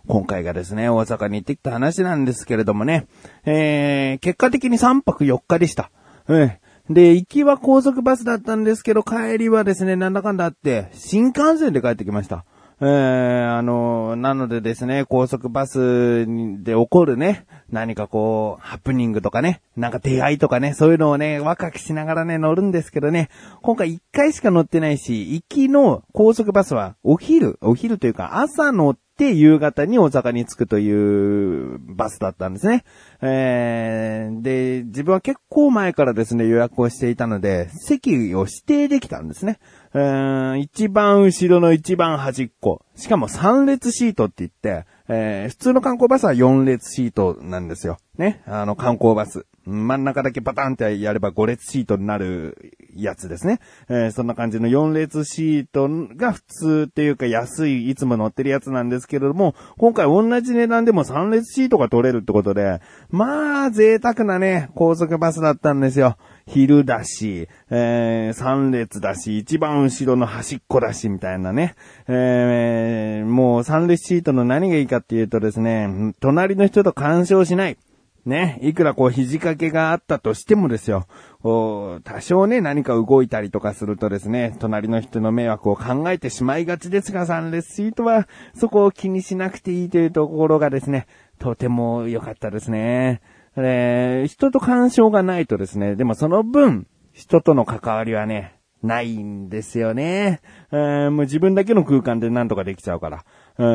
今回がですね、大阪に行ってきた話なんですけれどもね、結果的に3泊4日でした。で、行きは高速バスだったんですけど、帰りはですね、なんだかんだあって、新幹線で帰ってきました。なのでですね、高速バスで起こるね、何かこう、ハプニングとかね、なんか出会いとかね、そういうのをね、ワクワクしながらね、乗るんですけどね、今回1回しか乗ってないし、行きの高速バスはお昼というか朝乗って夕方に大阪に着くというバスだったんですね。で、自分は結構前からですね、予約をしていたので、席を指定できたんですね。一番後ろの一番端っこ。しかも3列シートって言って、普通の観光バスは4列シートなんですよ。ね。観光バス。真ん中だけパタンってやれば5列シートになるやつですね。そんな感じの4列シートが普通っていうか安い、いつも乗ってるやつなんですけれども、今回同じ値段でも3列シートが取れるってことで、まあ贅沢なね、高速バスだったんですよ。昼だし、3列だし、一番後ろの端っこだし、みたいなね。もう3列シートの何がいいかっていうとですね、隣の人と干渉しない。ね、いくらこう肘掛けがあったとしてもですよ、多少ね、何か動いたりとかするとですね、隣の人の迷惑を考えてしまいがちですが、3列シートはそこを気にしなくていいというところがですね、とても良かったですね。人と干渉がないとですね、でもその分、人との関わりはね、ないんですよね。もう自分だけの空間でなんとかできちゃうから。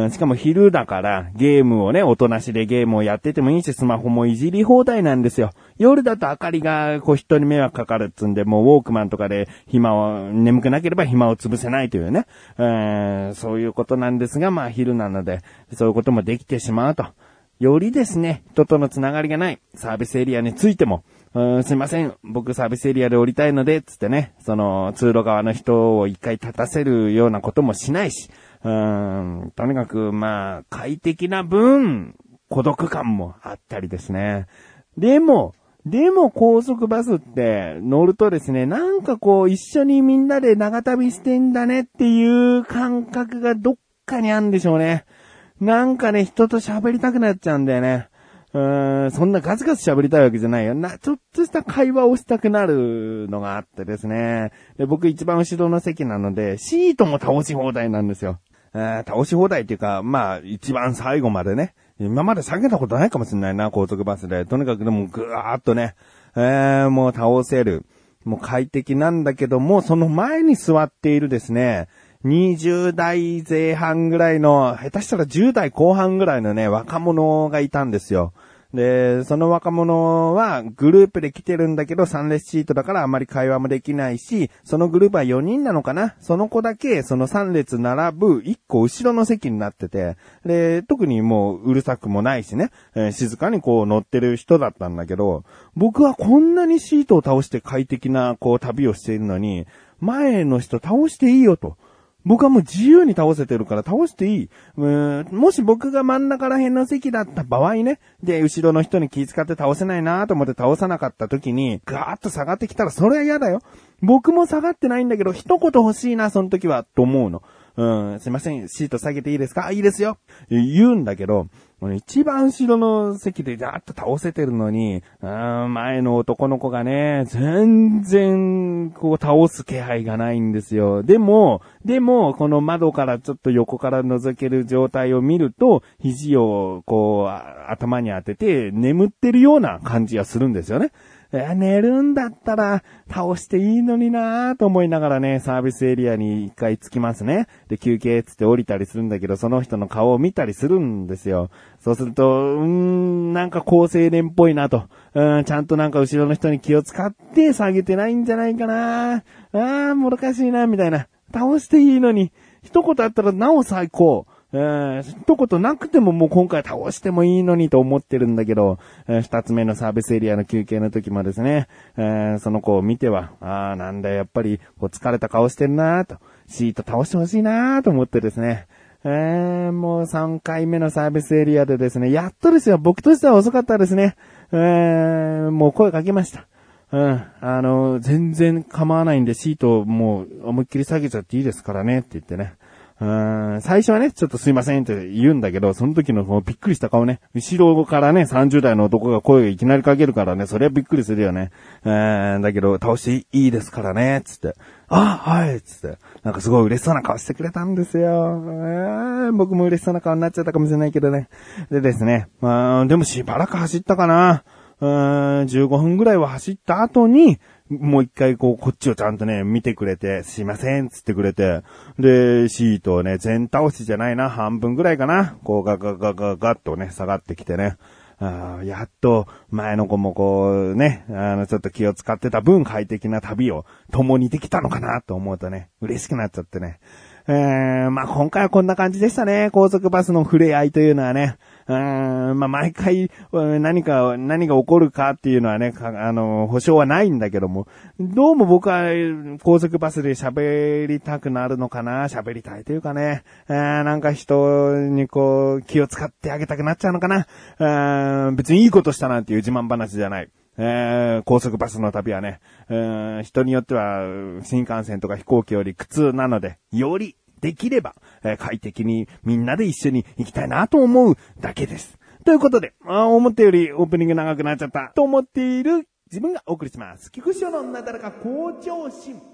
しかも昼だからゲームをね、おとなしでゲームをやっててもいいし、スマホもいじり放題なんですよ。夜だと明かりがこう人に迷惑かかるっつんで、もうウォークマンとかで眠くなければ暇を潰せないというね。そういうことなんですが、まあ昼なので、そういうこともできてしまうと。よりですね、人とのつながりがないサービスエリアについても、すいません、僕サービスエリアで降りたいので、つってね、その通路側の人を一回立たせるようなこともしないし、とにかくまあ、快適な分、孤独感もあったりですね。でも高速バスって乗るとですね、なんかこう一緒にみんなで長旅してんだねっていう感覚がどっかにあるんでしょうね。なんかね、人と喋りたくなっちゃうんだよね。そんなガツガツ喋りたいわけじゃないよ。ちょっとした会話をしたくなるのがあってですね。で、僕一番後ろの席なので、シートも倒し放題なんですよ。倒し放題っていうか、まあ、一番最後までね。今まで下げたことないかもしれないな、高速バスで。とにかくでもぐわーっとね、もう倒せる。もう快適なんだけども、その前に座っているですね、20代前半ぐらいの、下手したら10代後半ぐらいのね、若者がいたんですよ。で、その若者はグループで来てるんだけど3列シートだからあまり会話もできないし、そのグループは4人なのかな？その子だけその3列並ぶ1個後ろの席になってて、で、特にもううるさくもないしね、静かにこう乗ってる人だったんだけど、僕はこんなにシートを倒して快適なこう旅をしているのに、前の人倒していいよと。僕はもう自由に倒せてるから倒していい。もし僕が真ん中ら辺の席だった場合ね。で、後ろの人に気遣って倒せないなと思って倒さなかった時に、ガーッと下がってきたらそれは嫌だよ。僕も下がってないんだけど、一言欲しいな、その時は、と思うの。すいません、シート下げていいですか？いいですよ。言うんだけど、一番後ろの席でガーッと倒せてるのに、前の男の子がね、全然、こう倒す気配がないんですよ。でも、この窓からちょっと横から覗ける状態を見ると、肘をこう、頭に当てて眠ってるような感じがするんですよね。寝るんだったら倒していいのになぁと思いながらね、サービスエリアに一回着きますね。で、休憩つって降りたりするんだけど、その人の顔を見たりするんですよ。そうすると、なんか高青年っぽいなと。ちゃんとなんか後ろの人に気を使って下げてないんじゃないかな。もどかしいな、みたいな。倒していいのに。一言あったらなお最高。一言なくてももう今回倒してもいいのにと思ってるんだけど、二つ目のサービスエリアの休憩の時もですね、その子を見ては、なんだやっぱりこう疲れた顔してるなーと、シート倒してほしいなーと思ってですね、もう3回目のサービスエリアでですね、やっとですよ、僕としては遅かったですね。もう声かけました。全然構わないんでシートをもう思いっきり下げちゃっていいですからねって言ってね。 最初はね、ちょっとすいませんって言うんだけど、その時のびっくりした顔ね、後ろからね、30代の男が声をいきなりかけるからね、それはびっくりするよね。だけど、倒していいですからね、つって。あ、はい、つって。なんかすごい嬉しそうな顔してくれたんですよ。僕も嬉しそうな顔になっちゃったかもしれないけどね。でですね、でもしばらく走ったかな。15分ぐらいは走った後に、もう一回こっちをちゃんとね、見てくれて、すいません、つってくれて、で、シートをね、全倒しじゃないな、半分ぐらいかな、ガッとね、下がってきてね、やっと、前の子もね、ちょっと気を使ってた分快適な旅を共にできたのかなと思うとね、嬉しくなっちゃってね。今回はこんな感じでしたね。高速バスの触れ合いというのはね。毎回何が起こるかっていうのはね、保証はないんだけども、どうも僕は高速バスで喋りたくなるのかな、喋りたいというかね、なんか人に気を使ってあげたくなっちゃうのかな。別にいいことしたなんていう自慢話じゃない。高速バスの旅はね、人によっては新幹線とか飛行機より苦痛なので、よりできれば、快適にみんなで一緒に行きたいなと思うだけです。ということで、思ったよりオープニング長くなっちゃったと思っている自分がお送りします。菊池のなだらか向上心。